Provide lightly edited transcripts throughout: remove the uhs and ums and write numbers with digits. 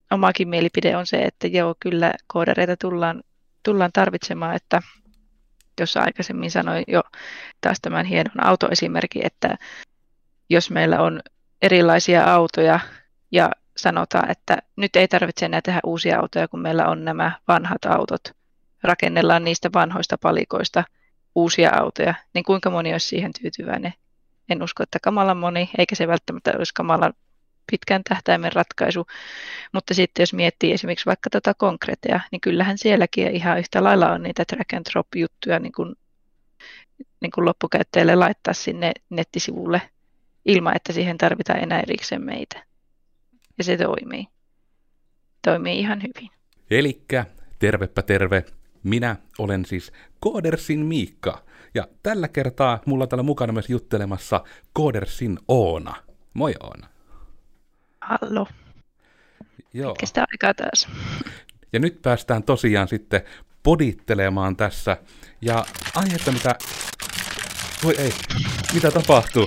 omakin mielipide on se, että joo, kyllä koodareita tullaan tarvitsemaan, että jos aikaisemmin sanoin jo taas tämän hienon autoesimerkin, että jos meillä on erilaisia autoja ja sanotaan, että nyt ei tarvitse enää tehdä uusia autoja, kun meillä on nämä vanhat autot, rakennellaan niistä vanhoista palikoista uusia autoja, niin kuinka moni olisi siihen tyytyväinen? En usko, että kamalan moni, eikä se välttämättä olisi kamalan pitkän tähtäimen ratkaisu, mutta sitten jos miettii esimerkiksi vaikka tätä konkreettia, niin kyllähän sielläkin ihan yhtä lailla on niitä drag and drop juttuja niin kuin loppukäyttäjälle laittaa sinne nettisivulle ilman, että siihen tarvitaan enää erikseen meitä. Ja se toimii. Toimii ihan hyvin. Elikkä, tervepä terve. Minä olen siis Codersin Miikka. Ja tällä kertaa mulla on täällä mukana myös juttelemassa Codersin Oona. Moi Oona. Hallo. Joo. Pitkästä aikaa taas. Ja nyt päästään tosiaan sitten podittelemaan tässä. Ja aihetta mitä... Voi ei, mitä tapahtuu?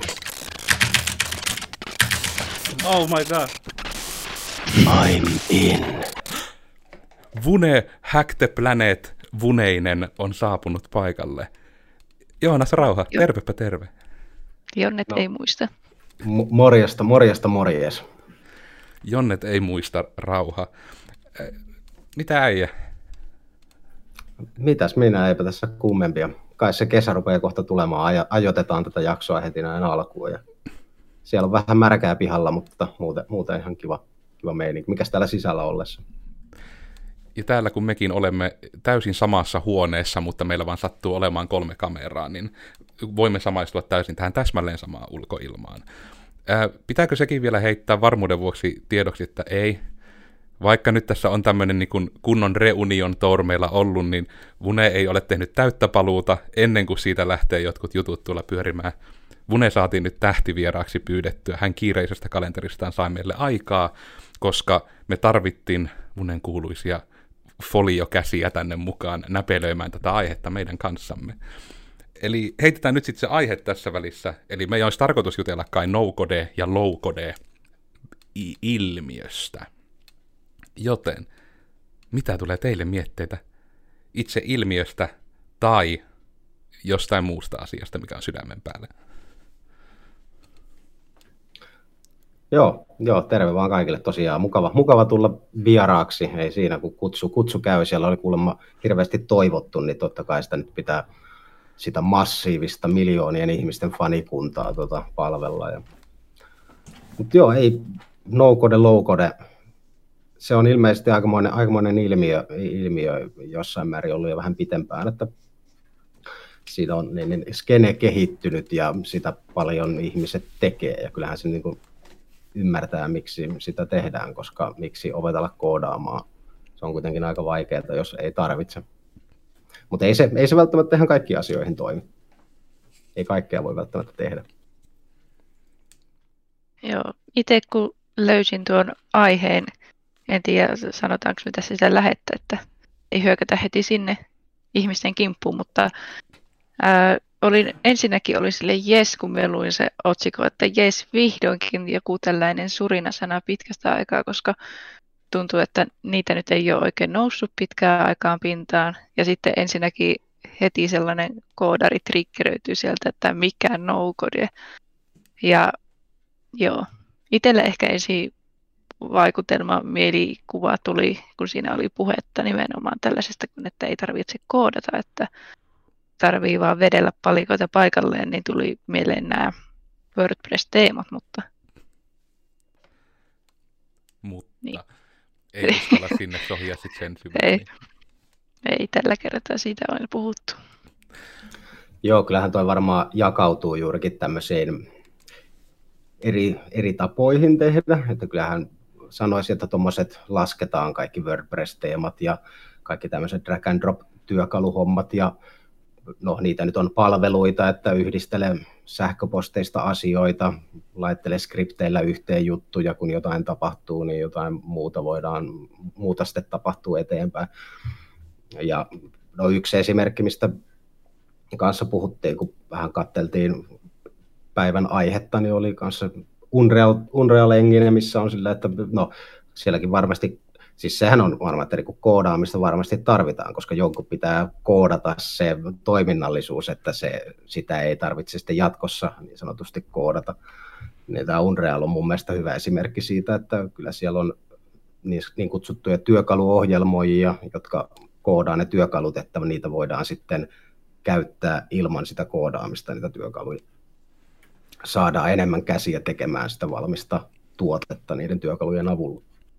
Oh my god. I'm in. Vune Hack the Planet Vuneinen on saapunut paikalle. Joonas Rauha, tervepä terve. Jonnet ei muista. Morjes. Jonnet ei muista Rauha. Mitä äijä? Mitäs minä, eipä tässä kummempia. Kai se kesä rupeaa kohta tulemaan, ajoitetaan tätä jaksoa heti näin alkuun. Ja siellä on vähän märkää pihalla, mutta muuten ihan kiva meininki. Mikäs täällä sisällä ollessa? Ja täällä kun mekin olemme täysin samassa huoneessa, mutta meillä vaan sattuu olemaan 3 kameraa, niin voimme samaistua täysin tähän täsmälleen samaan ulkoilmaan. Pitääkö sekin vielä heittää varmuuden vuoksi tiedoksi, että ei? Vaikka nyt tässä on tämmöinen niin kuin kunnon reunion tour meillä ollut, niin Vune ei ole tehnyt täyttä paluuta ennen kuin siitä lähtee jotkut jutut tuolla pyörimään. Vune saatiin nyt tähtivieraaksi pyydettyä. Hän kiireisestä kalenteristaan sai meille aikaa, koska me tarvittiin Vunen kuuluisia foliokäsiä tänne mukaan näpelöimään tätä aihetta meidän kanssamme. Eli heitetään nyt sitten se aihe tässä välissä. Eli meidän olisi tarkoitus jutella kai no-code ja low-code ilmiöstä. Joten, mitä tulee teille mietteitä itse ilmiöstä tai jostain muusta asiasta, mikä on sydämen päällä? Joo, terve vaan kaikille tosiaan. Mukava tulla vieraaksi, ei siinä kun kutsu käy. Siellä oli kuulemma hirveästi toivottu, niin totta kai sitä nyt pitää sitä massiivista miljoonien ihmisten fanikuntaa palvella. Mutta joo, ei no-code, low-code. Se on ilmeisesti aikamoinen ilmiö jossain määrin ollut jo vähän pitempään, että siitä on niin skene kehittynyt ja sitä paljon ihmiset tekee. Ja kyllähän se niin kuin ymmärtää, miksi sitä tehdään, koska miksi opetella koodaamaan. Se on kuitenkin aika vaikeaa, jos ei tarvitse. Mutta ei se välttämättä ihan kaikkiin asioihin toimi. Ei kaikkea voi välttämättä tehdä. Joo, itse kun löysin tuon aiheen, en tiedä sanotaanko me tässä sitä lähettä, että ei hyökätä heti sinne ihmisten kimppuun, mutta ensinnäkin oli sille jes, kun me luin se otsikko, että jes, vihdoinkin joku tällainen surinasana pitkästä aikaa, koska tuntuu, että niitä nyt ei ole oikein noussut pitkään aikaan pintaan. Ja sitten ensinnäkin heti sellainen koodari triggeröityy sieltä, että mikä no-code. Ja joo, itselle ehkä ensin vaikutelma, mielikuva tuli, kun siinä oli puhetta nimenomaan tällaisesta, kun että ei tarvitse koodata, että tarvii vaan vedellä palikoita paikalleen, niin tuli mieleen nämä WordPress-teemat, mutta niin. Ei uskalla sinne sohia sitten sen syvemmin. Ei tällä kertaa siitä ole puhuttu. Joo, kyllähän toi varmaan jakautuu juurikin tämmöisiin eri tapoihin tehdä, että kyllähän sanoisin, että tuommoiset lasketaan kaikki WordPress-teemat ja kaikki tämmöiset drag and drop työkaluhommat ja no niitä nyt on palveluita, että yhdistele sähköposteista asioita, laittele skripteillä yhteen juttuja, kun jotain tapahtuu, niin jotain muuta sitten tapahtuu eteenpäin. Ja no yksi esimerkki, mistä kanssa puhuttiin, kun vähän katseltiin päivän aihetta, niin oli kanssa Unreal Engine, missä on sillä, että no sielläkin varmasti siis sehän on varma, että niin koodaamista varmasti tarvitaan, koska jonkun pitää koodata se toiminnallisuus, että sitä ei tarvitse sitten jatkossa niin sanotusti koodata. Niin tämä Unreal on mun mielestä hyvä esimerkki siitä, että kyllä siellä on niin kutsuttuja työkaluohjelmoijia, jotka koodaa ne työkalut, että niitä voidaan sitten käyttää ilman sitä koodaamista, niitä työkaluja. Saadaan enemmän käsiä tekemään sitä valmista tuotetta niiden työkalujen avulla.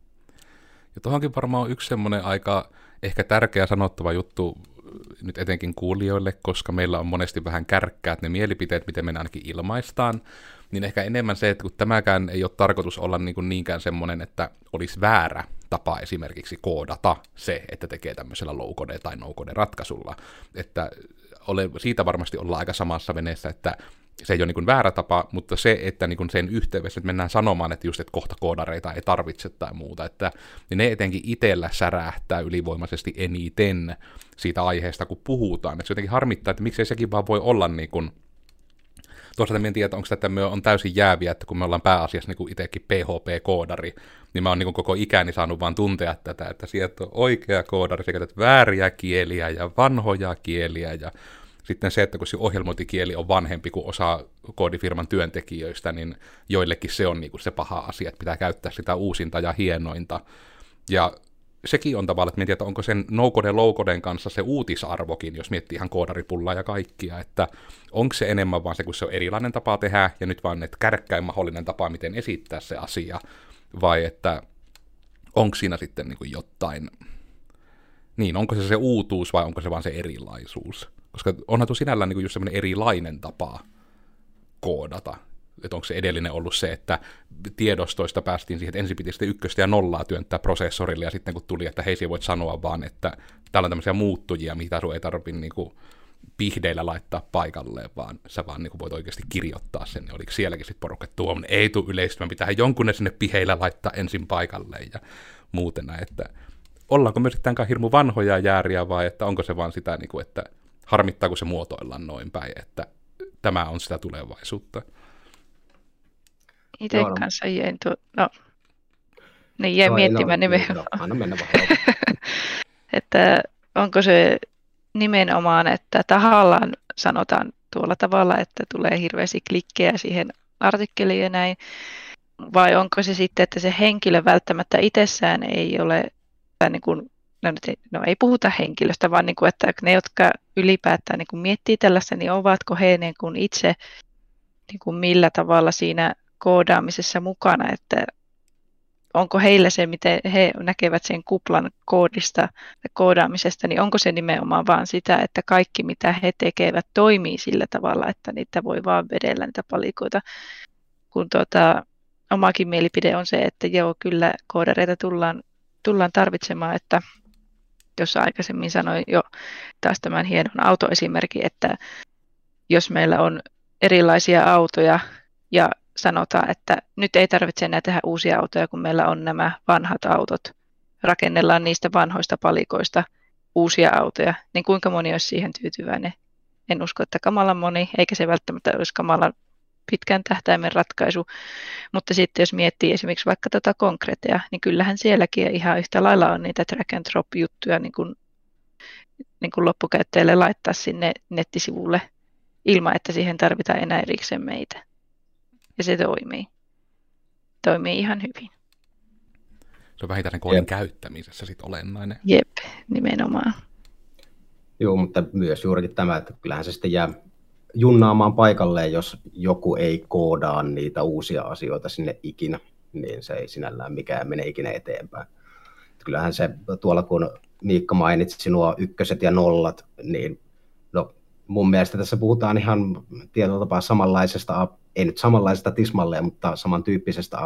Ja tuohonkin varmaan on yksi semmoinen aika ehkä tärkeä sanottava juttu nyt etenkin kuulijoille, koska meillä on monesti vähän kärkkäät ne mielipiteet, miten me ainakin ilmaistaan, niin ehkä enemmän se, että kun tämäkään ei ole tarkoitus olla niinkään semmoinen, että olisi väärä tapa esimerkiksi koodata se, että tekee tämmöisellä low-code- tai no-code-ratkaisulla. Että siitä varmasti ollaan aika samassa veneessä, että se ei ole niin väärä tapa, mutta se, että niin sen yhteydessä että mennään sanomaan, että just että kohta koodareita ei tarvitse tai muuta, että niin ne etenkin itsellä särähtää ylivoimaisesti eniten siitä aiheesta, kun puhutaan. Että se jotenkin harmittaa, että miksei sekin vaan voi olla niin kuin, toisaalta en tiedä, että onko tämä, että me on täysin jääviä, että kun me ollaan pääasiassa niin kuin itsekin PHP-koodari, niin mä oon niin koko ikäni saanut vaan tuntea tätä, että sieltä on oikea koodari, sä käytät vääriä kieliä ja vanhoja kieliä ja sitten se, että kun se ohjelmointikieli on vanhempi kuin osa koodifirman työntekijöistä, niin joillekin se on niin kuin se paha asia, että pitää käyttää sitä uusinta ja hienointa. Ja sekin on tavallaan, että mietin, että onko sen no-code low-coden kanssa se uutisarvokin, jos miettii ihan koodaripullaa ja kaikkia, että onko se enemmän vaan se, kun se on erilainen tapa tehdä, ja nyt vaan että kärkkäin mahdollinen tapa, miten esittää se asia, vai että onko siinä sitten niin kuin jotain, niin onko se uutuus vai onko se vaan se erilaisuus? Koska onhan tuo sinällään niin kuin just semmoinen erilainen tapa koodata. Että onko se edellinen ollut se, että tiedostoista päästiin siihen, että ensin piti sitten ykköstä ja nollaa työntää prosessorille, ja sitten kun tuli, että hei, voit sanoa vaan, että täällä on tämmöisiä muuttujia, mitä sun ei tarvitse niin kuin pihdeillä laittaa paikalleen, vaan sä vaan niin kuin voit oikeasti kirjoittaa sen. Ja oliko sielläkin sitten porukka, että tuo ei tule yleistymään, pitää jonkun sinne piheillä laittaa ensin paikalleen ja muutena, että ollaanko me sitten hirmu vanhoja jääriä, vai että onko se vaan sitä, niin kuin, että harmittaa, kun se muotoillaan noin päin, että tämä on sitä tulevaisuutta. Itse kanssa jäin miettimään nimenomaan. Anna mennä vaan. Että onko se nimenomaan, että tahallaan sanotaan tuolla tavalla, että tulee hirveästi klikkejä siihen artikkeliin ja näin, vai onko se sitten, että se henkilö välttämättä itsessään ei ole, niin kuin, ei puhuta henkilöstä, vaan niin kuin, että ne, jotka ylipäätään niin kuin miettii tällaista, niin ovatko he niin kuin itse niin kuin millä tavalla siinä koodaamisessa mukana, että onko heillä se, miten he näkevät sen kuplan koodista ja koodaamisesta, niin onko se nimenomaan vaan sitä, että kaikki mitä he tekevät toimii sillä tavalla, että niitä voi vaan vedellä niitä palikoita, kun omakin mielipide on se, että joo, kyllä koodareita tullaan tarvitsemaan, että jos aikaisemmin sanoin jo taas tämän hienon autoesimerkin, että jos meillä on erilaisia autoja ja sanotaan, että nyt ei tarvitse enää tehdä uusia autoja, kun meillä on nämä vanhat autot. Rakennellaan niistä vanhoista palikoista uusia autoja, niin kuinka moni olisi siihen tyytyväinen? En usko, että kamalan moni, eikä se välttämättä olisi kamalan pitkän tähtäimen ratkaisu. Mutta sitten jos miettii esimerkiksi vaikka konkreettia, niin kyllähän sielläkin ihan yhtä lailla on niitä drag and drop juttuja niin kuin loppukäyttäjälle laittaa sinne nettisivulle ilman, että siihen tarvitaan enää erikseen meitä. Ja se toimii ihan hyvin. Se on vähintään sen koodin käyttämisessä sit olennainen. Jep, nimenomaan. Joo, mutta myös juurikin tämä, että kyllähän se sitten jää junnaamaan paikalleen, jos joku ei koodaa niitä uusia asioita sinne ikinä, niin se ei sinällään mikään mene ikinä eteenpäin. Kyllähän se tuolla, kun Miikka mainitsi nuo ykköset ja nollat, niin mun mielestä tässä puhutaan ihan tietyllä tapaa samanlaisesta, ei nyt samanlaisesta tismalleen, mutta samantyyppisestä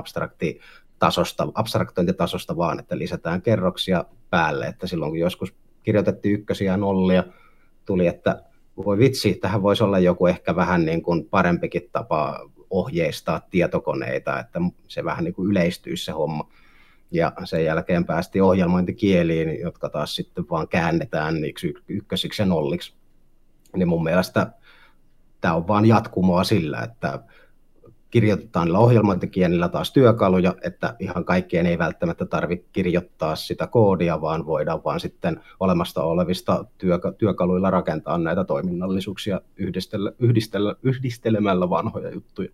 abstraktointitasosta vaan, että lisätään kerroksia päälle, että silloin kun joskus kirjoitettiin ykkösiä ja nollia, tuli, että voi vitsi, tähän voisi olla joku ehkä vähän niin kuin parempikin tapa ohjeistaa tietokoneita, että se vähän niin kuin yleistyisi se homma. Ja sen jälkeen päästiin ohjelmointikieliin, jotka taas sitten vaan käännetään niiksi ykkösiksi ja nolliksi. Niin mun mielestä tämä on vaan jatkumoa sillä, että kirjoitetaan niillä ohjelmointikielillä taas työkaluja, että ihan kaikkien ei välttämättä tarvitse kirjoittaa sitä koodia, vaan voidaan vaan sitten olemasta olevista työkaluilla rakentaa näitä toiminnallisuuksia yhdistelemällä vanhoja juttuja.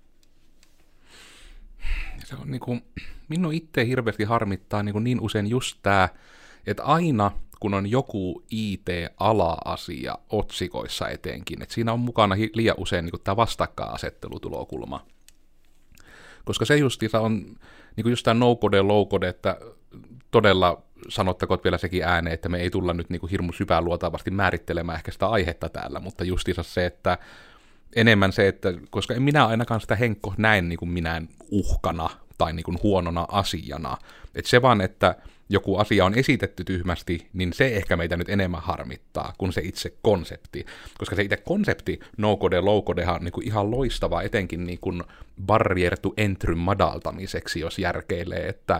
Se on minun itse hirveästi harmittaa niin usein just tämä, että aina kun on joku IT-ala-asia otsikoissa etenkin, että siinä on mukana liian usein tämä vastakkainasettelutulokulma. Koska se justiinsa on just tämä no-code, low-code, että todella sanottakoon vielä sekin ääneen, että me ei tulla nyt hirmu syväluotaavasti määrittelemään ehkä sitä aihetta täällä, mutta justiinsa se, että enemmän se, että koska en minä ainakaan sitä Henkko näen minään uhkana tai huonona asiana, että se vaan, että joku asia on esitetty tyhmästi, niin se ehkä meitä nyt enemmän harmittaa kuin se itse konsepti. Koska se itse konsepti, no-code, low-codehan on ihan loistava, etenkin barrier to entry madaltamiseksi, jos järkeilee, että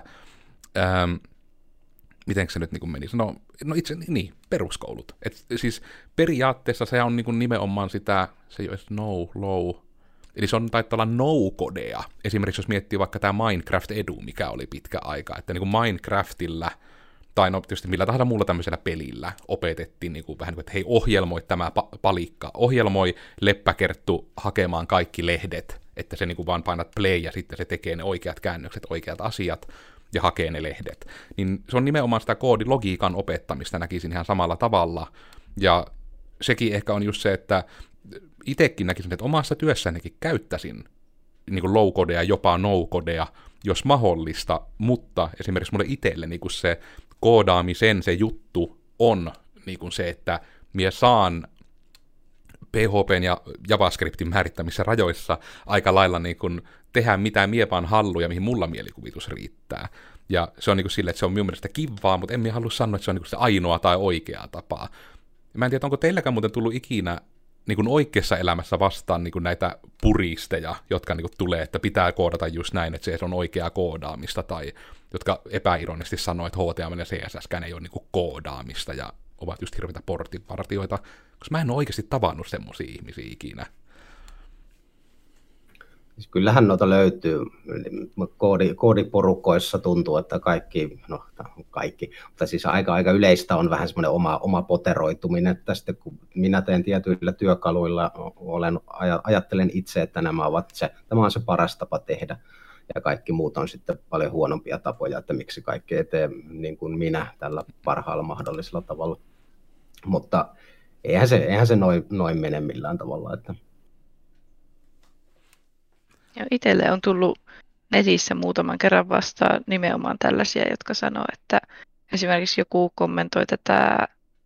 miten se nyt meni? No itse, niin, peruskoulut. Et siis periaatteessa se on nimenomaan sitä, se ei ole low, eli se on taitaa olla no-codea. Esimerkiksi jos miettii vaikka tämä Minecraft Edu, mikä oli pitkä aika, että Minecraftilla, tai no tietysti millä tahansa muulla tämmöisellä pelillä opetettiin vähän että hei, ohjelmoi tämä palikka, ohjelmoi leppäkerttu hakemaan kaikki lehdet, että se vaan painat play ja sitten se tekee ne oikeat käännökset, oikeat asiat, ja hakee ne lehdet. Niin se on nimenomaan sitä koodilogiikan opettamista, näkisin ihan samalla tavalla, ja sekin ehkä on just se, että itsekin näkisin, että omassa työssänikin käyttäisin low-codea, jopa no-codea, jos mahdollista, mutta esimerkiksi mulle itselle se koodaamisen se juttu on se, että minä saan PHPn ja JavaScriptin määrittämissä rajoissa aika lailla tehdä mitään mie vaan halluja, mihin mulla mielikuvitus riittää. Ja se on silleen, että se on minun mielestä kivaa, mutta en minä halua sanoa, että se on se ainoa tai oikea tapa. Mä en tiedä, onko teilläkään muuten tullut ikinä oikeassa elämässä vastaan näitä puristeja, jotka tulee, että pitää koodata just näin, että se on oikeaa koodaamista, tai jotka epäironisesti sanoo, että HTML ja CSS ei ole koodaamista, ja ovat just hirveitä portinvartijoita, koska mä en ole oikeasti tavannut semmoisia ihmisiä ikinä. Siis kyllähän noita löytyy. Koodiporukoissa tuntuu, että kaikki, mutta siis aika yleistä on vähän semmoinen oma poteroituminen, että sitten kun minä teen tietyillä työkaluilla, ajattelen itse, että tämä on se paras tapa tehdä, ja kaikki muut on sitten paljon huonompia tapoja, että miksi kaikki ei tee niin kuin minä tällä parhaalla mahdollisella tavalla. Mutta eihän se noin mene millään tavalla, että ja itselle on tullut netissä muutaman kerran vastaan nimenomaan tällaisia, jotka sanoo, että esimerkiksi joku kommentoi tätä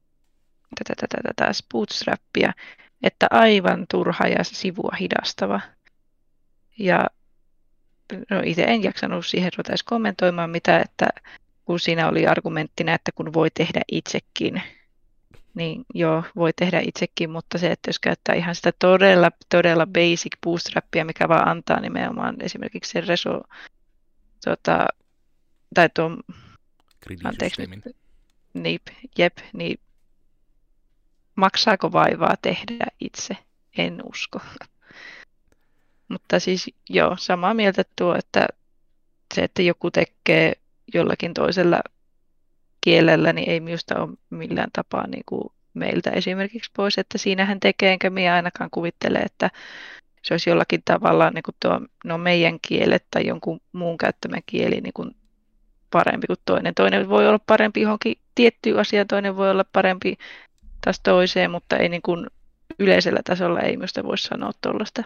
bootstrappia, että aivan turha ja sivua hidastava. Ja no itse en jaksanut siihen ruveta edes kommentoimaan mitä, että kun siinä oli argumenttina, että kun voi tehdä itsekin, niin joo, voi tehdä itsekin, mutta se, että jos käyttää ihan sitä todella basic bootstrappia, mikä vaan antaa nimenomaan esimerkiksi sen tai tuon, anteeksi, niin maksaako vaivaa tehdä itse? En usko. Mutta siis joo, samaa mieltä tuo, että se, että joku tekee jollakin toisella kielellä, niin ei minusta ole millään tapaa niin kuin meiltä esimerkiksi pois, että siinähän tekee, enkä minä ainakaan kuvittele, että se olisi jollakin tavalla niin kuin meidän kielet tai jonkun muun käyttämä kieli niin kuin parempi kuin toinen. Toinen voi olla parempi johonkin tiettyyn asiaan, toinen voi olla parempi taas toiseen, mutta ei niin kuin yleisellä tasolla ei minusta voi sanoa tuollaista.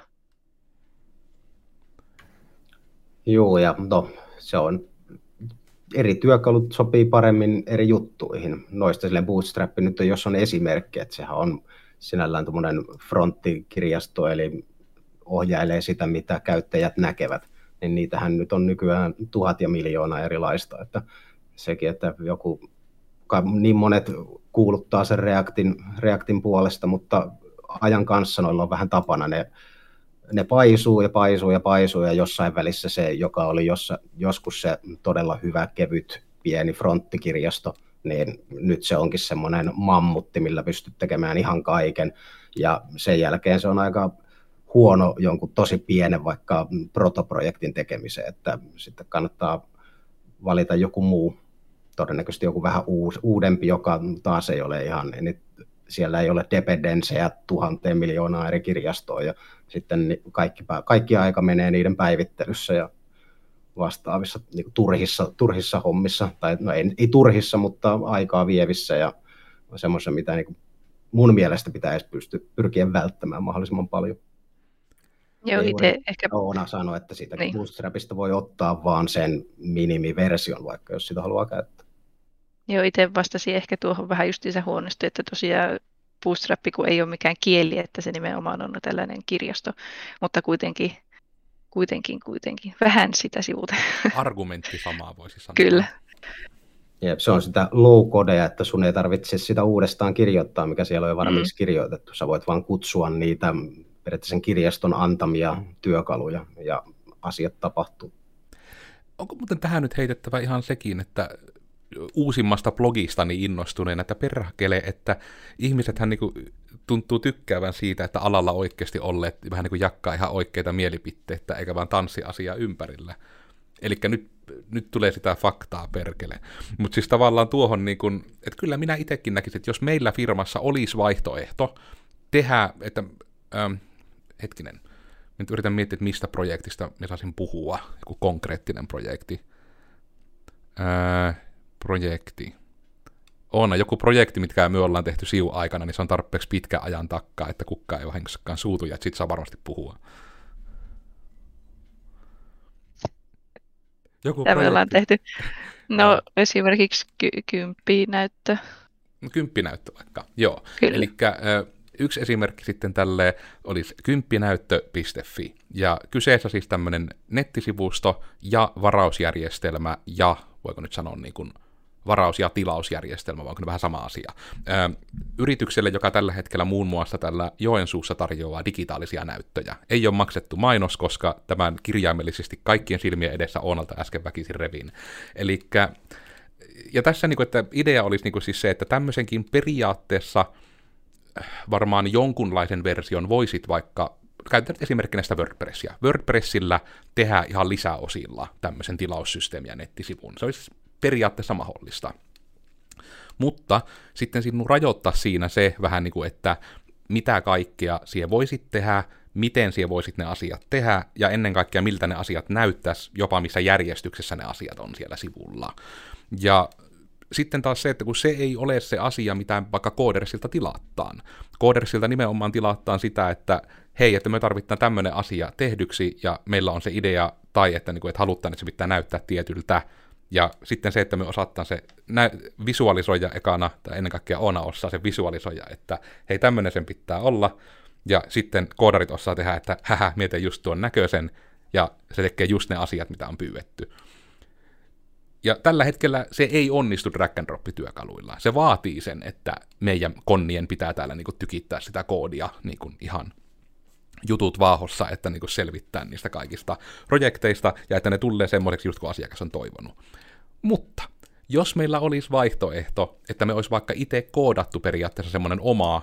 Joo, ja se on eri työkalut sopii paremmin eri juttuihin. Noista silleen Bootstrap nyt jos on esimerkki, että sehän on sinällään tuommoinen fronttikirjasto, eli ohjailee sitä, mitä käyttäjät näkevät. Niin niitähän nyt on nykyään 1000 ja miljoonaa erilaista. Että sekin, että niin monet kuuluttaa sen Reactin puolesta, mutta ajan kanssa noilla on vähän tapana ne paisuu ja jossain välissä se, joka oli joskus se todella hyvä, kevyt, pieni fronttikirjasto, niin nyt se onkin semmoinen mammutti, millä pystyt tekemään ihan kaiken. Ja sen jälkeen se on aika huono jonkun tosi pienen vaikka protoprojektin tekemiseen, että sitten kannattaa valita joku muu, todennäköisesti joku vähän uudempi, joka taas ei ole ihan, niin siellä ei ole dependenssejä 1000 miljoonaa eri kirjastoa, ja sitten kaikki aika menee niiden päivittelyssä ja vastaavissa niin kuin turhissa hommissa, tai no ei turhissa, mutta aikaa vievissä ja semmoisen, mitä niin kuin mun mielestä pitäisi pyrkiä välttämään mahdollisimman paljon. Joo, itse ehkä... Oona sanoi, että siitä niin. Bootstrapista voi ottaa vaan sen minimiversion, vaikka jos sitä haluaa käyttää. Joo, itse vastasin ehkä tuohon vähän justiinsa huonosti, että tosiaan Bootstrap, kun ei ole mikään kieli, että se nimenomaan on tällainen kirjasto, mutta kuitenkin vähän sitä sivuuta. Argumentti samaa voisi sanoa. Kyllä. Jep, se on sitä low-codea, että sun ei tarvitse sitä uudestaan kirjoittaa, mikä siellä on jo valmiiksi kirjoitettu. Sä voit vaan kutsua niitä periaatteessa sen kirjaston antamia työkaluja ja asiat tapahtuu. Onko muuten tähän nyt heitettävä ihan sekin, että uusimmasta blogistani innostuneena, että perkele, että ihmisethän niinku tuntuu tykkäävän siitä, että alalla oikeasti olleet vähän niin kuin jakkaa ihan oikeita mielipiteitä, eikä vaan tanssi asiaa ympärillä. Eli nyt tulee sitä faktaa perkele. Mutta siis tavallaan tuohon, niin kun, että kyllä minä itsekin näkisin, että jos meillä firmassa olisi vaihtoehto tehdä, että hetkinen, nyt yritän miettiä, että mistä projektista minä saisin puhua, joku konkreettinen projekti. Joku projekti, mitkä me ollaan tehty sivu-aikana, niin se on tarpeeksi pitkän ajan takkaa, että kukaan ei vahingossakaan suutu, ja sit saa varmasti puhua. Mitä me ollaan tehty? No esimerkiksi kymppinäyttö. No, kymppinäyttö vaikka, joo. Eli yksi esimerkki sitten tälle olisi kymppinäyttö.fi, ja kyseessä siis tämmöinen nettisivusto ja varausjärjestelmä ja, voiko nyt sanoa niin kuin varaus- ja tilausjärjestelmä, vai onko ne vähän sama asia. Yritykselle, joka tällä hetkellä muun muassa tällä Joensuussa tarjoaa digitaalisia näyttöjä. Ei ole maksettu mainos, koska tämän kirjaimellisesti kaikkien silmien edessä Oonalta äsken väkisin revin. Elikkä, ja tässä niin kuin, että idea olisi niin kuin siis se, että tämmöisenkin periaatteessa varmaan jonkunlaisen version voisit vaikka, käytän esimerkkinä sitä WordPressia. WordPressillä tehdään ihan lisäosilla tämmöisen tilaussysteemi ja nettisivun. Se olisi periaatteessa mahdollista. Mutta sitten sinun rajoittaa siinä se vähän niin kuin, että mitä kaikkea siihen voisit tehdä, miten siihen voisit ne asiat tehdä, ja ennen kaikkea miltä ne asiat näyttäisi, jopa missä järjestyksessä ne asiat on siellä sivulla. Ja sitten taas se, että kun se ei ole se asia, mitä vaikka Codersilta tilaattaan. Codersilta nimenomaan tilaattaan sitä, että hei, että me tarvitaan tämmöinen asia tehdyksi, ja meillä on se idea, tai että, niin kuin, että halutaan, että se pitää näyttää tietyltä. Ja sitten se, että me osataan se visualisoida ekana, tai ennen kaikkea Oona osaa se visualisoida, että hei, tämmöinen sen pitää olla, ja sitten koodarit osaa tehdä, että mietin just tuon näköisen, ja se tekee just ne asiat, mitä on pyydetty. Ja tällä hetkellä se ei onnistu drag-and-drop-työkaluilla. Se vaatii sen, että meidän konnien pitää täällä niinku tykittää sitä koodia niinku ihan jutut vaahossa, että niinku selvittää niistä kaikista projekteista, ja että ne tulee semmoiseksi just kun asiakas on toivonut. Mutta jos meillä olisi vaihtoehto, että me olisi vaikka itse koodattu periaatteessa semmoinen oma,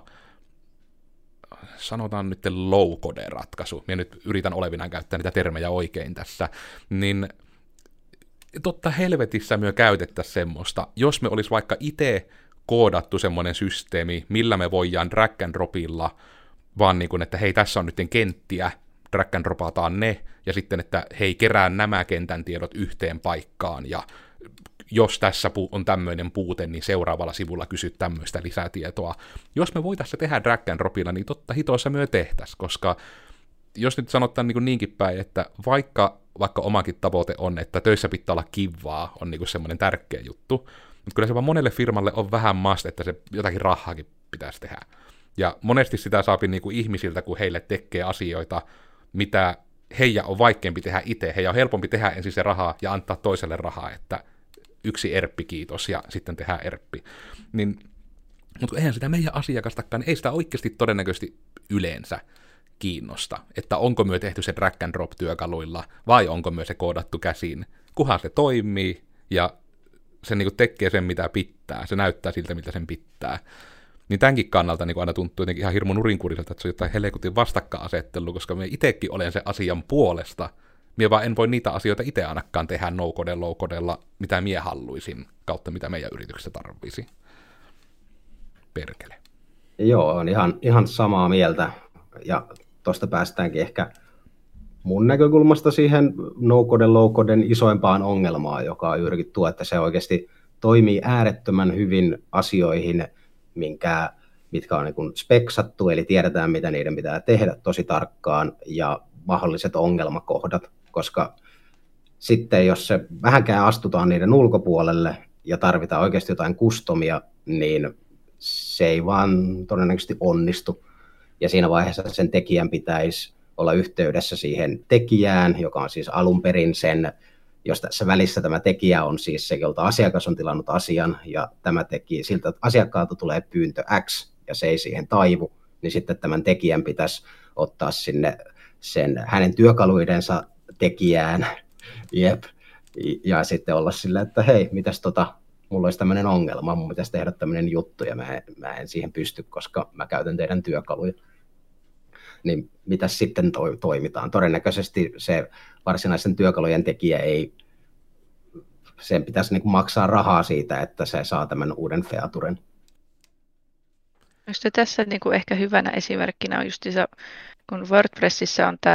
sanotaan nyt low-code-ratkaisu, minä nyt yritän olevinaan käyttää niitä termejä oikein tässä, niin totta helvetissä me käytettäisiin semmoista, jos me olisi vaikka itse koodattu semmoinen systeemi, millä me voidaan drag and dropilla, vaan niin kuin, että hei, tässä on nyt kenttiä, drag and dropataan ne, ja sitten, että hei, kerää nämä kentän tiedot yhteen paikkaan, ja jos tässä on tämmöinen puute, niin seuraavalla sivulla kysyt tämmöistä lisätietoa. Jos me voitaisiin tehdä drag and dropilla, niin totta hitoissa me tehtäisiin, koska jos nyt sanotaan niinkin päin, että vaikka omakin tavoite on, että töissä pitää olla kivaa, on niin kuin semmoinen tärkeä juttu, mutta kyllä se vaan monelle firmalle on vähän must, että se jotakin rahaakin pitäisi tehdä. Ja monesti sitä saapi niin kuin ihmisiltä, kun heille tekee asioita, mitä heidän on vaikeampi tehdä itse. Heidän on helpompi tehdä ensin se rahaa ja antaa toiselle rahaa, että yksi erppi kiitos ja sitten tehdään erppi. Mutta eihän sitä meidän asiakastakaan, ei sitä oikeasti todennäköisesti yleensä kiinnosta, että onko myö tehty se drag and drop työkaluilla vai onko myö se koodattu käsin, kunhan se toimii ja se niinku tekee sen mitä pitää, se näyttää siltä mitä sen pitää. Niin tämänkin kannalta niin aina tuntuu jotenkin ihan hirmu nurinkuriselta, että se on jotain helekutin vastakkainasettelua, koska me itsekin olen sen asian puolesta. Mie vaan en voi niitä asioita itse ainakaan tehdä no-codella, mitä mie halluisin, kautta mitä meidän yrityksessä tarvisi. Perkele. Joo, on ihan samaa mieltä. Ja tuosta päästäänkin ehkä mun näkökulmasta siihen no-coden, low-coden isoimpaan ongelmaan, joka on juurikin tuo, että se oikeasti toimii äärettömän hyvin asioihin, mitkä on niin kuin speksattu, eli tiedetään, mitä niiden pitää tehdä tosi tarkkaan, ja mahdolliset ongelmakohdat, koska sitten jos se vähänkään astutaan niiden ulkopuolelle ja tarvitaan oikeasti jotain customia, niin se ei vaan todennäköisesti onnistu. Ja siinä vaiheessa sen tekijän pitäisi olla yhteydessä siihen tekijään, joka on siis alun perin sen, jos tässä välissä tämä tekijä on siis se, jolta asiakas on tilannut asian, ja tämä siltä asiakkaalta tulee pyyntö X, ja se ei siihen taivu, niin sitten tämän tekijän pitäisi ottaa sinne sen hänen työkaluidensa tekijään, ja sitten olla sillä, että hei, mitäs mulla olisi tämmöinen ongelma, mun pitäisi tehdä tämmöinen juttu, ja mä en siihen pysty, koska mä käytän teidän työkaluja. Niin mitäs sitten toimitaan? Todennäköisesti se varsinaisen työkalujen tekijä sen pitäisi niin kuin maksaa rahaa siitä, että se saa tämän uuden featuren. Just tässä niin kuin ehkä hyvänä esimerkkinä on justiinsa, kun WordPressissä on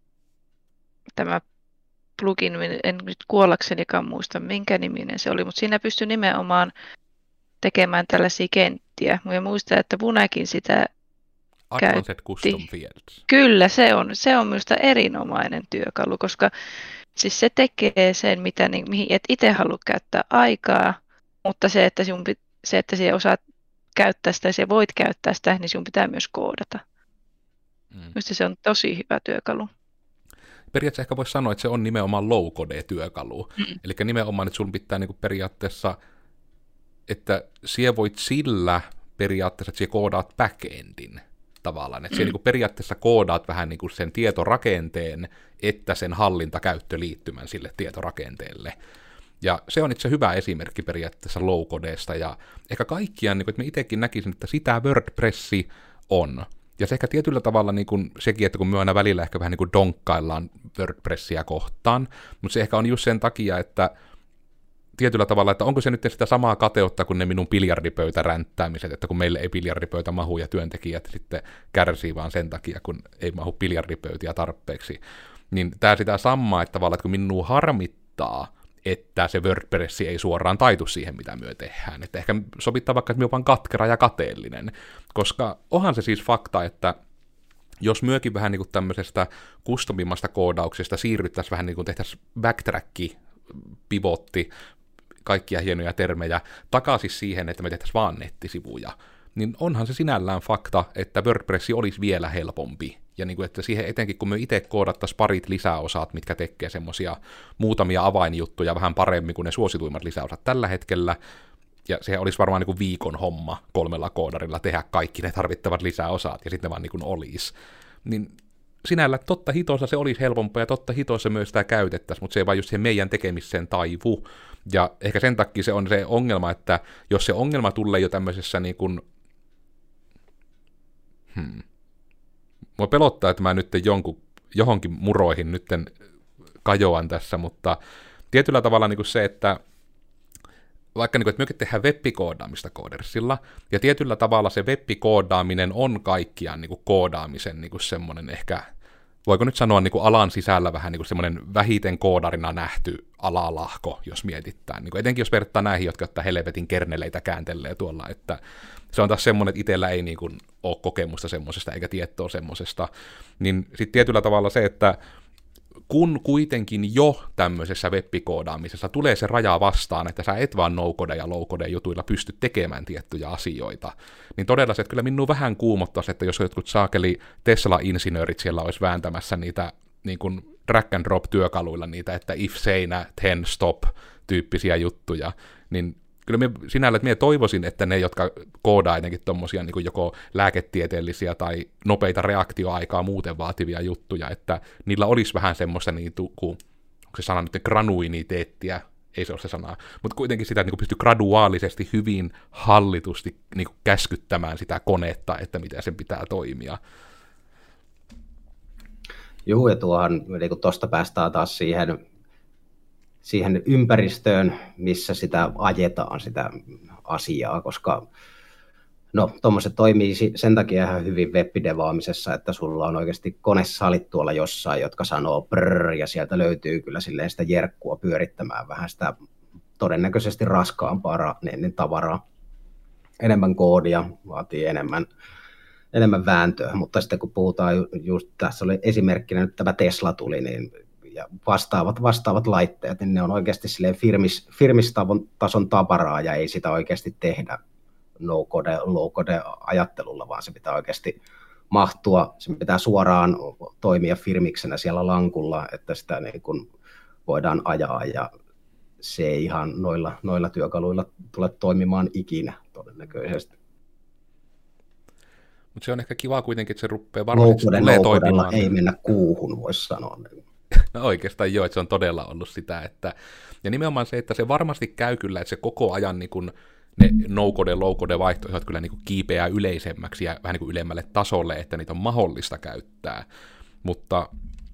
tämä plugin, en nyt kuollaksenikaan muista minkä niminen se oli, mutta siinä pystyi nimenomaan tekemään tällaisia kenttiä. Ja muistan, että Vunekin sitä Advanced Custom Fields. Kyllä, se on minusta erinomainen työkalu, koska siis se tekee sen, mihin et itse halua käyttää aikaa, mutta se, että sinä osaat käyttää sitä ja sinä voit käyttää sitä, niin sinun pitää myös koodata. Minusta se on tosi hyvä työkalu. Periaatteessa ehkä voisi sanoa, että se on nimenomaan low-code-työkalu. Eli nimenomaan, että sinun pitää niin kuin periaatteessa, että sinä voit sillä periaatteessa, että sinä koodaat backendin tavallaan. Että sinä niin kuin periaatteessa koodaat vähän niin kuin sen tietorakenteen, että sen hallintakäyttöliittymän sille tietorakenteelle. Ja se on itse hyvä esimerkki periaatteessa low-codesta, ja ehkä kaikkiaan, niin kuin, että me itsekin näkisin, että sitä WordPressi on. Ja se ehkä tietyllä tavalla niin kuin sekin, että kun me aina välillä ehkä vähän niin kuin donkkaillaan WordPressia kohtaan, mutta se ehkä on just sen takia, että tietyllä tavalla, että onko se nyt sitä samaa kateutta kuin ne minun biljardipöytäränttäämiset, että kun meille ei biljardipöytä mahu ja työntekijät sitten kärsii vaan sen takia, kun ei mahu biljardipöytiä tarpeeksi. Niin tämä sitä samaa, että tavallaan, että kun minua harmittaa, että se WordPressi ei suoraan taitu siihen, mitä me tehdään. Että ehkä sovittaa vaikka, että me on vaan katkera ja kateellinen, koska onhan se siis fakta, että jos myökin vähän niin kuin tämmöisestä customimmasta koodauksesta siirryttäisiin vähän niin kuin tehtäisiin backtracki, pivotti, kaikkia hienoja termejä, takaisin siihen, että me tehtäisiin vaan nettisivuja, niin onhan se sinällään fakta, että WordPressi olisi vielä helpompi. Ja niin kuin, että siihen etenkin, kun me itse koodattaisiin parit lisäosat, mitkä tekee semmoisia muutamia avainjuttuja vähän paremmin kuin ne suosituimmat lisäosat tällä hetkellä, ja se olisi varmaan niin kuin viikon homma 3 koodarilla tehdä kaikki ne tarvittavat lisäosat, ja sitten ne vaan niin kuin olisi. Niin sinällä totta hitossa se olisi helpompaa, ja totta hitossa myös sitä käytettäisiin, mutta se ei vaan just siihen meidän tekemiseen taivu. Ja ehkä sen takia se on se ongelma, että jos se ongelma tulee jo tämmöisessä niin kuin mua pelottaa, että mä nyt johonkin muroihin nyt kajoan tässä, mutta tietyllä tavalla niin kuin se, että vaikka niin kuin, että mekin tehdään web-koodaamista Codersilla, ja tietyllä tavalla se web-koodaaminen on kaikkiaan niin kuin koodaamisen niin kuin semmoinen ehkä, voiko nyt sanoa niin kuin alan sisällä vähän niin kuin semmoinen vähiten koodarina nähty alalahko, jos mietitään. Niin kuin etenkin jos vertaa näihin, jotka ottaa helvetin kerneleitä kääntelee tuolla, että se on taas semmoinen, että itsellä ei niin kuin ole kokemusta semmoisesta eikä tietoa semmoisesta. Niin sitten tietyllä tavalla se, että kun kuitenkin jo tämmöisessä web-koodaamisessa tulee se raja vastaan, että sä et vaan no-code ja low-code jutuilla pysty tekemään tiettyjä asioita, niin todella se, että kyllä minun vähän kuumottaisi, että jos jotkut saakeli Tesla-insinöörit siellä olisi vääntämässä niitä niin kuin drag and drop työkaluilla niitä, että if seinä, then stop tyyppisiä juttuja, niin kyllä sinällä, että minä toivoisin, että ne, jotka koodaa jotenkin tuommoisia niin kuin joko lääketieteellisiä tai nopeita reaktioaikaa muuten vaativia juttuja, että niillä olisi vähän semmoista, niin kuin, onko se sana nyt, granuiniteettiä, ei se ole se sana, mutta kuitenkin sitä, että niin pystyy graduaalisesti, hyvin hallitusti niin käskyttämään sitä konetta, että miten sen pitää toimia. Joo, ja tuohan niin tuosta päästään taas siihen ympäristöön, missä sitä ajetaan, sitä asiaa, koska no, tuommoiset toimii sen takia ihan hyvin web-devaamisessa, että sulla on oikeasti konesalit tuolla jossain, jotka sanoo brrr, ja sieltä löytyy kyllä silleen sitä jerkkua pyörittämään vähän sitä todennäköisesti raskaampaa tavaraa. Enemmän koodia, vaatii enemmän vääntöä, mutta sitten kun puhutaan just tässä oli esimerkkinä nyt tämä Tesla tuli, niin ja vastaavat laitteet, niin ne on oikeasti silleen firmistason tavaraa ja ei sitä oikeasti tehdä no-code, low-code ajattelulla, vaan se pitää oikeasti mahtua, se pitää suoraan toimia firmiksenä siellä lankulla, että sitä niin kuin voidaan ajaa ja se ei ihan noilla työkaluilla tule toimimaan ikinä todennäköisesti. Mutta se on ehkä kiva kuitenkin, että se rupeaa varmasti tulee toimimaan. Ei mennä kuuhun, voisi sanoa. No oikeastaan joo, että se on todella ollut sitä. Ja nimenomaan se, että se varmasti käy kyllä, että se koko ajan niin kun ne no-code, low-code vaihtoehdot kyllä niin kun kiipeää yleisemmäksi ja vähän niin kuin ylemmälle tasolle, että niitä on mahdollista käyttää. Mutta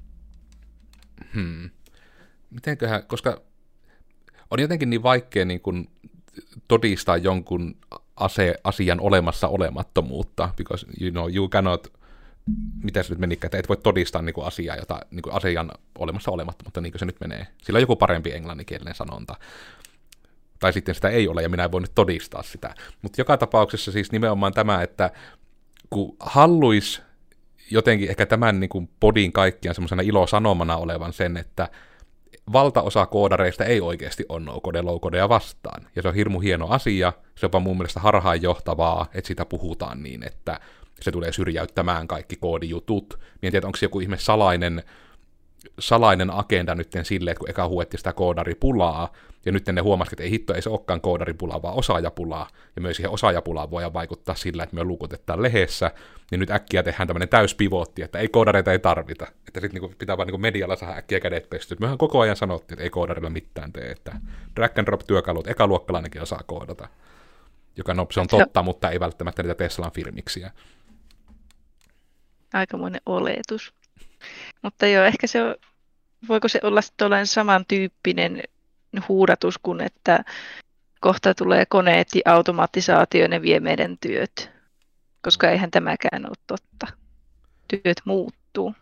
mitenköhän, koska on jotenkin niin vaikea niin kun todistaa jonkun asian olemassa olemattomuutta, because you cannot, mitä se nyt menikään, että et voi todistaa niin kuin asiaa, niin kuin asian olemassa olemattomuutta, niin kuin se nyt menee. Sillä on joku parempi englanninkielinen sanonta. Tai sitten sitä ei ole, ja minä en voi nyt todistaa sitä. Mutta joka tapauksessa siis nimenomaan tämä, että kun halluisi jotenkin ehkä tämän niin kuin podin kaikkiaan semmoisena ilosanomana olevan sen, että valtaosa koodareista ei oikeasti ole no-code, low-codea vastaan. Ja se on hirmu hieno asia, se on jopa mun mielestä harhaanjohtavaa, että siitä puhutaan niin, että se tulee syrjäyttämään kaikki koodijutut. Mie en tiedä, onko se joku ihme salainen agenda nyt silleen, että kun eka huuettiin sitä koodaripulaa, ja nyt ne huomasivat, että ei hitto, ei se olekaan koodaripulaa, vaan osaajapulaa, ja myös siihen osaajapulaan voidaan vaikuttaa sillä, että me lukutetaan lehdessä, niin nyt äkkiä tehdään tämmöinen täyspivotti, että ei koodareita ei tarvita, että sitten niinku pitää vaan niinku medialla saada äkkiä kädet pestyä. Mehän koko ajan sanottiin, että ei koodarilla mitään tee, että drag and drop työkalut, ekaluokkalainenkin osaa koodata, joka no, se on totta, mutta ei välttämättä niitä Teslan firmiksiä. Aikamoinen oletus. Mutta joo, ehkä se on, voiko se olla tuollainen samantyyppinen huudatus kuin, että kohta tulee koneet ja automatisaatio, ne vie meidän työt, koska eihän tämäkään ole totta. Työt muuttuu.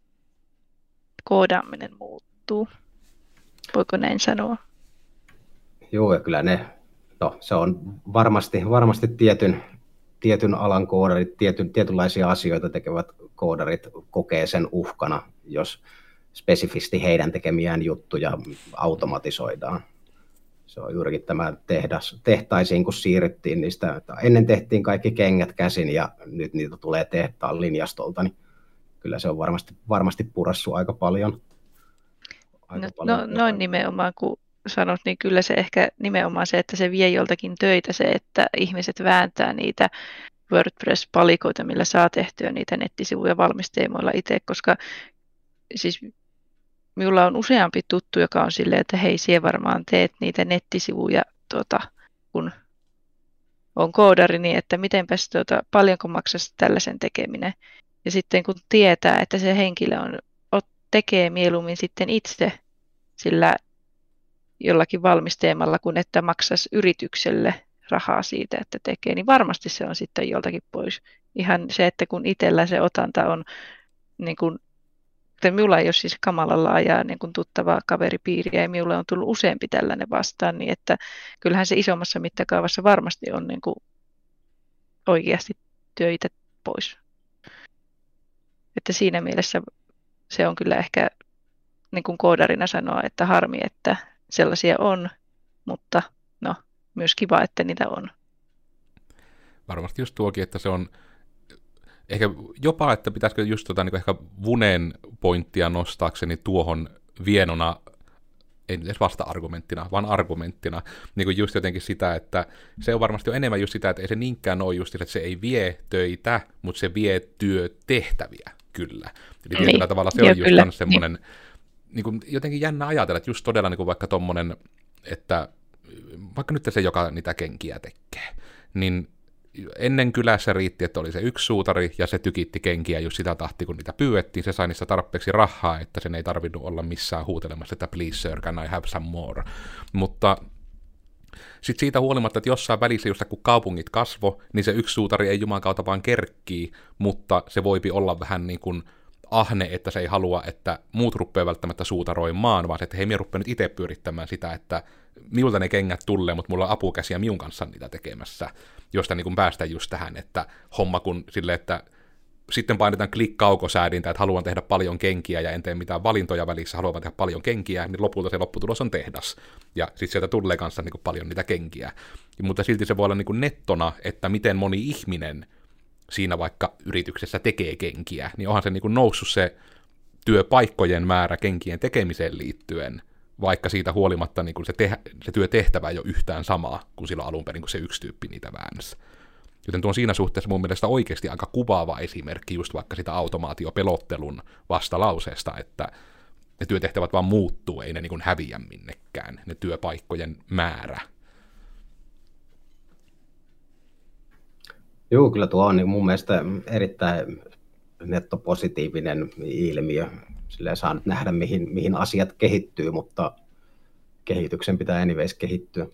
Koodaaminen muuttuu. Voiko näin sanoa? Joo, ja kyllä se on varmasti tietyn alan koodarit, tietynlaisia asioita tekevät koodarit kokee sen uhkana, jos spesifisti heidän tekemiään juttuja automatisoidaan. Se on juurikin tämä tehtaisiin, kun siirryttiin niistä, ennen tehtiin kaikki kengät käsin ja nyt niitä tulee tehtaan linjastolta, niin kyllä se on varmasti purassu aika paljon. Noin nimenomaan, kun sanot, niin kyllä se ehkä nimenomaan se, että se vie joltakin töitä se, että ihmiset vääntää niitä WordPress-palikoita, millä saa tehtyä niitä nettisivuja valmisteemoilla itse, koska siis minulla on useampi tuttu, joka on silleen, että hei, siellä varmaan teet niitä nettisivuja, kun on koodari, niin että mitenpäs paljonko maksaisi tällaisen tekeminen. Ja sitten kun tietää, että se henkilö tekee mieluummin sitten itse sillä jollakin valmisteemalla, kun että maksaisi yritykselle rahaa siitä, että tekee, niin varmasti se on sitten joltakin pois. Ihan se, että kun itsellä se otanta on, niin kuin, että minulla ei ole siis kamalalla ajaa niin kuin tuttavaa kaveripiiriä, ja minulle on tullut useampi tällainen vastaan, niin että kyllähän se isommassa mittakaavassa varmasti on niin kuin oikeasti töitä pois. Että siinä mielessä se on kyllä ehkä niin kuin koodarina sanoa, että harmi, että sellaisia on, mutta no, myös kiva, että niitä on. Varmasti just tuokin, että se on ehkä jopa, että pitäisikö just niin ehkä Vunen pointtia nostaakseni tuohon vienona, ei nyt edes vasta-argumenttina, vaan argumenttina, niin kuin just jotenkin sitä, että se on varmasti jo enemmän just sitä, että ei se niinkään ole just, että se ei vie töitä, mutta se vie työtehtäviä, kyllä. Eli tietyllä tavalla se on just semmoinen, niin kuin jotenkin jännä ajatella, että just todella niin kuin vaikka tommonen että vaikka nyt se, joka niitä kenkiä tekee, niin ennen kylässä riitti, että oli se yksi suutari, ja se tykitti kenkiä just sitä tahtia, kun niitä pyydettiin. Se sai niistä tarpeeksi rahaa, että sen ei tarvinnut olla missään huutelemassa, että please sir, can I have some more. Mutta sitten siitä huolimatta, että jossain välissä, just kun kaupungit kasvo, niin se yksi suutari ei juman kautta vaan kerkkii, mutta se voipi olla vähän niin kuin ahne, että se ei halua, että muut rupeaa välttämättä suutaroimaan, vaan se, että hei, minä rupean nyt itse pyörittämään sitä, että minulta ne kengät tulee, mutta mulla on apukäsiä minun kanssa niitä tekemässä, josta niin kuin päästään just tähän, että homma kun sille, että sitten painetaan klik-kaukosäädintä, että haluan tehdä paljon kenkiä ja en tee mitään valintoja välissä, haluan tehdä paljon kenkiä, niin lopulta se lopputulos on tehdas. Ja sitten sieltä tulee kanssa niin kuin paljon niitä kenkiä. Mutta silti se voi olla niin kuin nettona, että miten moni ihminen siinä vaikka yrityksessä tekee kenkiä, niin onhan se niin kuin noussut se työpaikkojen määrä kenkien tekemiseen liittyen, vaikka siitä huolimatta niin kuin se työtehtävä ei ole yhtään sama kuin silloin alun perin, kun se yksi tyyppi niitä väännössä. Joten tuo on siinä suhteessa mun mielestä oikeasti aika kuvaava esimerkki just vaikka sitä automaatiopelottelun vastalauseesta, että ne työtehtävät vaan muuttuu, ei ne niin kuin häviä minnekään, ne työpaikkojen määrä. Joo, kyllä tuo on niin mun mielestä erittäin nettopositiivinen ilmiö. Silleen saa nyt nähdä, mihin asiat kehittyy, mutta kehityksen pitää anyways kehittyä.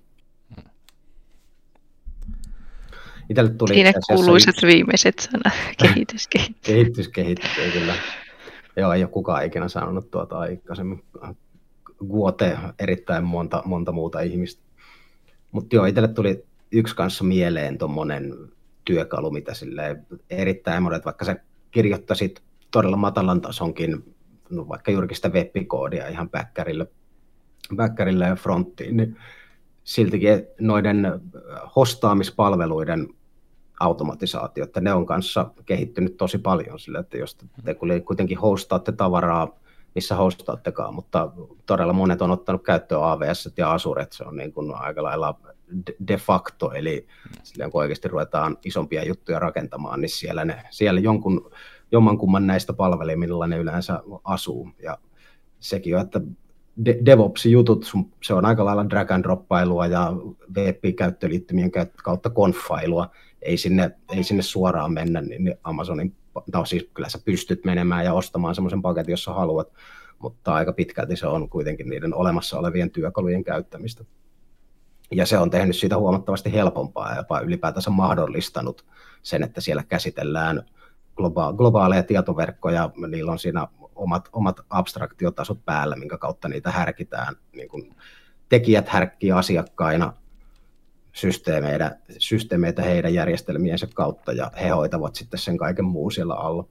Itselle tuli siinä kuuluisat viimeiset sanat. Kehitys kehittyy, kyllä. Joo, ei ole kukaan ikinä sanonut tuota aikaisemmin. Guote erittäin monta muuta ihmistä. Mutta joo, itselle tuli yksi kanssa mieleen tuommoinen työkalu, mitä silleen erittäin monet, vaikka sä kirjoittaisit todella matalan tasonkin, no vaikka juurikin sitä web-koodia ihan backerille ja fronttiin, niin siltikin noiden hostaamispalveluiden automatisaatio, että ne on kanssa kehittynyt tosi paljon sillä, että jos te kuitenkin hostaatte tavaraa, missä hostaattekaan, mutta todella monet on ottanut käyttöön AWS ja Azure, se on niin kuin aika lailla de facto, eli silleen, kun oikeasti ruvetaan isompia juttuja rakentamaan, niin siellä jommankumman näistä palvelimilla ne yleensä asuu, ja sekin on, että DevOps-jutut, se on aika lailla drag-and-droppailua ja web-käyttöliittymien kautta konfailua, ei sinne suoraan mennä, niin Amazonin, siis kyllä sä pystyt menemään ja ostamaan semmoisen paketin, jos sä haluat, mutta aika pitkälti se on kuitenkin niiden olemassa olevien työkalujen käyttämistä. Ja se on tehnyt siitä huomattavasti helpompaa ja jopa ylipäätänsä mahdollistanut sen, että siellä käsitellään globaaleja tietoverkkoja, niillä on siinä omat abstraktiotasot päällä, minkä kautta niitä härkitään. Niin kun tekijät härkkii asiakkaina systeemeitä heidän järjestelmiensä kautta, ja he hoitavat sitten sen kaiken muun siellä alla.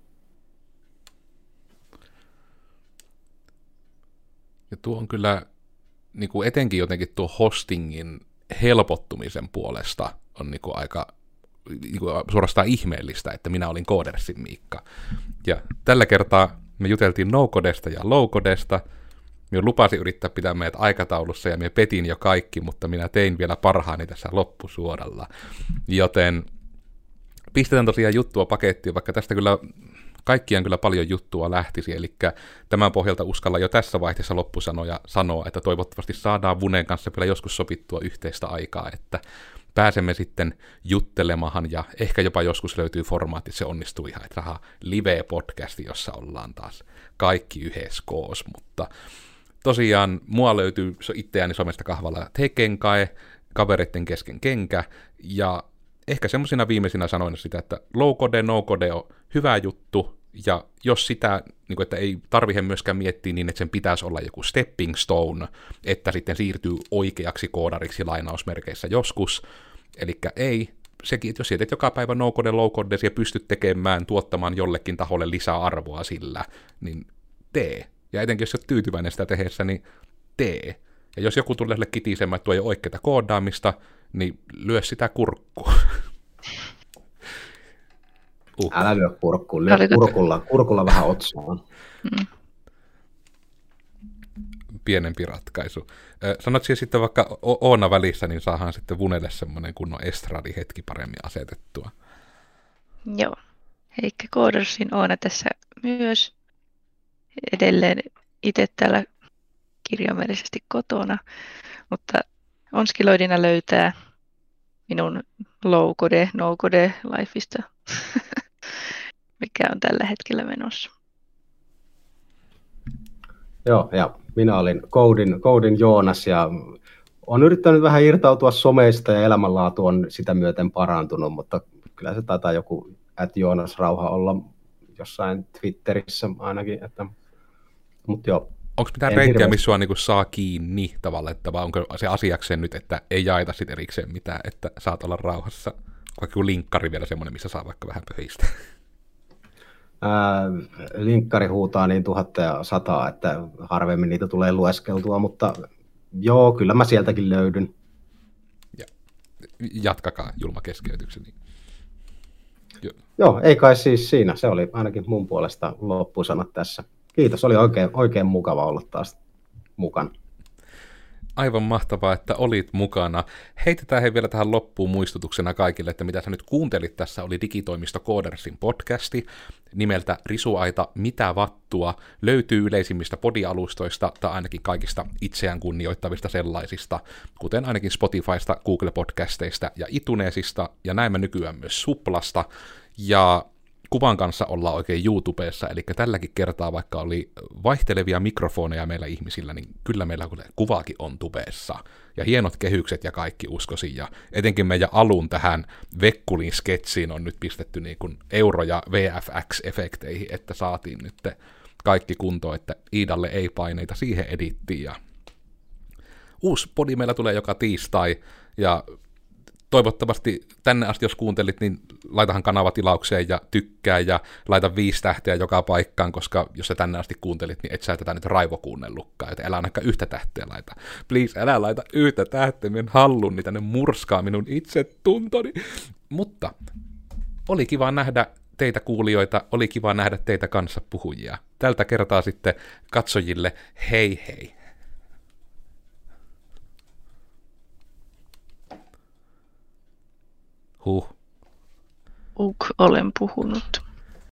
Ja tuo on kyllä niin kuin etenkin jotenkin tuo hostingin helpottumisen puolesta on niin kuin aika niin kuin suorastaan ihmeellistä, että minä olin Codersin Miikka. Ja tällä kertaa me juteltiin no-codesta ja low-codesta. Minä lupasin yrittää pitää meidät aikataulussa ja minä petin jo kaikki, mutta minä tein vielä parhaani tässä loppusuoralla. Joten pistetään tosiaan juttua pakettiin, vaikka tästä kyllä kaikkiaan kyllä paljon juttua lähtisi, eli tämän pohjalta uskalla jo tässä vaiheessa loppusanoja sanoa, että toivottavasti saadaan Vunen kanssa vielä joskus sopittua yhteistä aikaa, että pääsemme sitten juttelemaan ja ehkä jopa joskus löytyy formaatti, että se onnistuu ihan, että saadaan live-podcasti, jossa ollaan taas kaikki yhdessä koos, mutta tosiaan mua löytyy itseäni somesta kahvalla Tekenkae, kavereiden kesken kenkä, ja ehkä semmoisina viimeisinä sanoina sitä, että low-code, no-code on hyvä juttu, ja jos sitä, niin kuin, että ei tarvitse myöskään miettiä niin, että sen pitäisi olla joku stepping stone, että sitten siirtyy oikeaksi koodariksi lainausmerkeissä joskus, eli ei, sekin, että jos teet joka päivä no-code, low-code, ja pystyt tekemään, tuottamaan jollekin taholle lisää arvoa sillä, niin tee. Ja etenkin jos olet tyytyväinen sitä tehdessä, niin tee. Ja jos joku tulee kitisemään, että tuo ei ole oikeaa koodaamista, niin lyö sitä kurkkuun. Älä lyö kurkkuun, lyö kurkulla vähän otsaan. Pienempi ratkaisu. Sanot siihen sitten vaikka Oona välissä, niin saadaan sitten Vunelle semmoinen kunnon estradihetki paremmin asetettua. Joo. Heikki Codersin Oona tässä myös edelleen itse täällä kirjaimellisesti kotona. mutta Onskiloidina löytää minun low code, no code lifeista, mikä on tällä hetkellä menossa. Joo, ja minä olin Koudin Joonas ja olen yrittänyt vähän irtautua someista ja elämänlaatu on sitä myöten parantunut, mutta kyllä se taitaa joku @joonasrauha olla jossain Twitterissä ainakin. Mutta joo. Onko mitään reittiä, missä sua niinku saa kiinni tavallaan, että vai onko se asiakseen nyt, että ei jaeta sit erikseen mitään, että saat olla rauhassa? Vaikka joku linkkari vielä semmoinen, missä saa vaikka vähän pöhistä. Linkkari huutaa niin 1100, että harvemmin niitä tulee lueskeltua, mutta joo, kyllä mä sieltäkin löydyn. Ja jatkakaa julma keskeytykseni. Joo, ei kai siis siinä. Se oli ainakin mun puolesta loppusanat tässä. Kiitos, oli oikein mukava olla taas mukana. Aivan mahtavaa, että olit mukana. Heitetään vielä tähän loppuun muistutuksena kaikille, että mitä sä nyt kuuntelit tässä, oli Digitoimisto Codersin podcasti nimeltä Risuaita mitä vattua, löytyy yleisimmistä podialustoista tai ainakin kaikista itseään kunnioittavista sellaisista, kuten ainakin Spotifysta, Google-podcasteista ja iTunesista, ja näin mä nykyään myös Suplasta, ja kuvan kanssa ollaan oikein YouTubessa, eli tälläkin kertaa, vaikka oli vaihtelevia mikrofoneja meillä ihmisillä, niin kyllä meillä kuvaakin on tubessa. Ja hienot kehykset ja kaikki uskoisin, ja etenkin meidän alun tähän Vekkulin sketsiin on nyt pistetty niin kuin euro- ja VFX-efekteihin, että saatiin nyt kaikki kuntoon, että Iidalle ei paineita siihen edittiin. Ja uusi podi meillä tulee joka tiistai, ja toivottavasti tänne asti, jos kuuntelit, niin laitahan kanavatilaukseen ja tykkää ja laita 5 tähteä joka paikkaan, koska jos sä tänne asti kuuntelit, niin et sä tätä nyt raivokuunnellutkaan, joten älä ainakaan 1 tähteä laita. Please, älä laita 1 tähteä, minä hallun niitä, ne murskaa minun itsetuntoni. Mutta oli kiva nähdä teitä kuulijoita, oli kiva nähdä teitä kanssapuhujia. Tältä kertaa sitten katsojille hei hei. Olen puhunut.